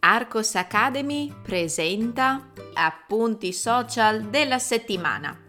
Arcos Academy presenta Appunti social della settimana.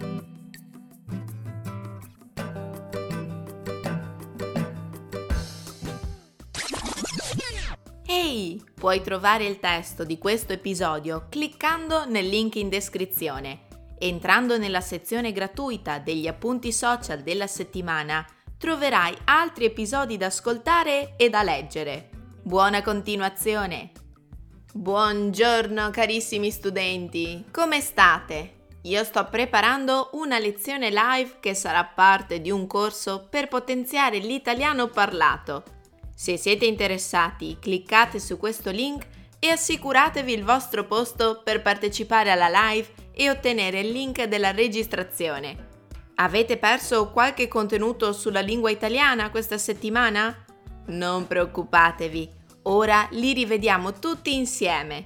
Ehi, puoi trovare il testo di questo episodio cliccando nel link in descrizione. Entrando nella sezione gratuita degli appunti social della settimana, troverai altri episodi da ascoltare e da leggere. Buona continuazione! Buongiorno carissimi studenti, come state? Io sto preparando una lezione live che sarà parte di un corso per potenziare l'italiano parlato. Se siete interessati, cliccate su questo link e assicuratevi il vostro posto per partecipare alla live e ottenere il link della registrazione. Avete perso qualche contenuto sulla lingua italiana questa settimana? Non preoccupatevi, ora li rivediamo tutti insieme.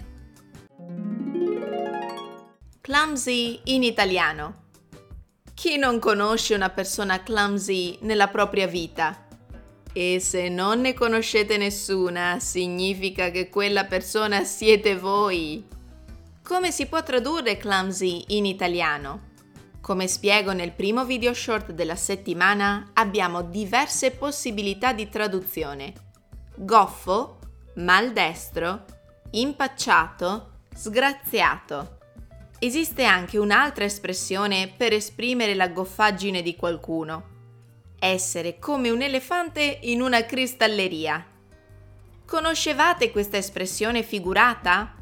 Clumsy in italiano. Chi non conosce una persona clumsy nella propria vita? E se non ne conoscete nessuna, significa che quella persona siete voi. Come si può tradurre clumsy in italiano? Come spiego nel primo video short della settimana, abbiamo diverse possibilità di traduzione. Goffo, maldestro, impacciato, sgraziato. Esiste anche un'altra espressione per esprimere la goffaggine di qualcuno. Essere come un elefante in una cristalleria. Conoscevate questa espressione figurata?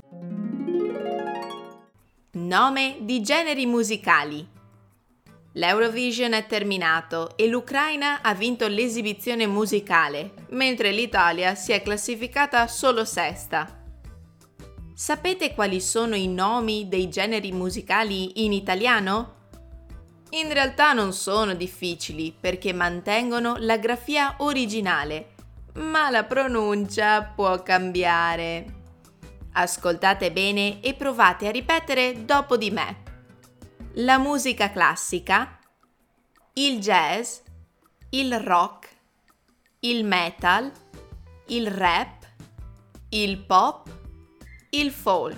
Nome di generi musicali. L'Eurovision è terminato e l'Ucraina ha vinto l'esibizione musicale, mentre l'Italia si è classificata solo sesta. Sapete quali sono i nomi dei generi musicali in italiano? In realtà non sono difficili perché mantengono la grafia originale, ma la pronuncia può cambiare. Ascoltate bene e provate a ripetere dopo di me. La musica classica, il jazz, il rock, il metal, il rap, il pop, il folk.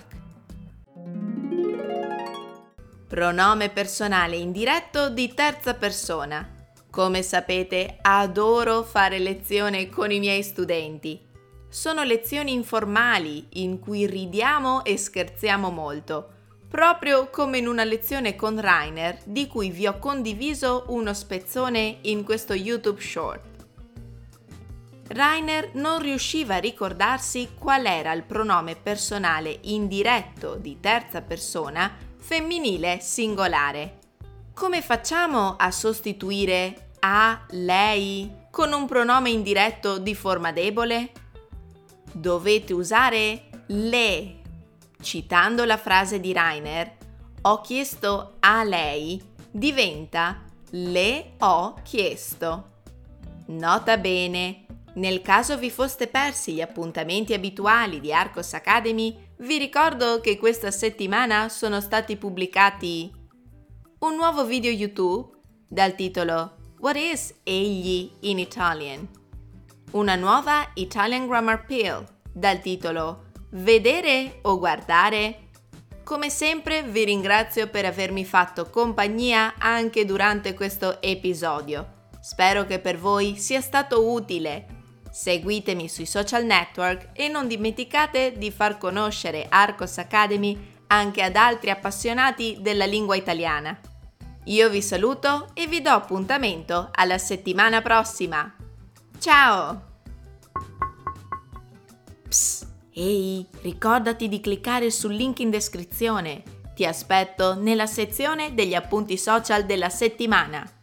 Pronome personale indiretto di terza persona. Come sapete, adoro fare lezione con i miei studenti. Sono lezioni informali in cui ridiamo e scherziamo molto, proprio come in una lezione con Rainer di cui vi ho condiviso uno spezzone in questo YouTube short. Rainer non riusciva a ricordarsi qual era il pronome personale indiretto di terza persona femminile singolare. Come facciamo a sostituire a, lei con un pronome indiretto di forma debole? Dovete usare le. Citando la frase di Rainer, ho chiesto a lei, diventa le ho chiesto. Nota bene, nel caso vi foste persi gli appuntamenti abituali di Arcos Academy, vi ricordo che questa settimana sono stati pubblicati un nuovo video YouTube dal titolo What is egli in Italian? Una nuova Italian Grammar Pill dal titolo Vedere o guardare? Come sempre vi ringrazio per avermi fatto compagnia anche durante questo episodio. Spero che per voi sia stato utile. Seguitemi sui social network e non dimenticate di far conoscere Arcos Academy anche ad altri appassionati della lingua italiana. Io vi saluto e vi do appuntamento alla settimana prossima. Ciao! Psst, ehi, ricordati di cliccare sul link in descrizione. Ti aspetto nella sezione degli appunti social della settimana.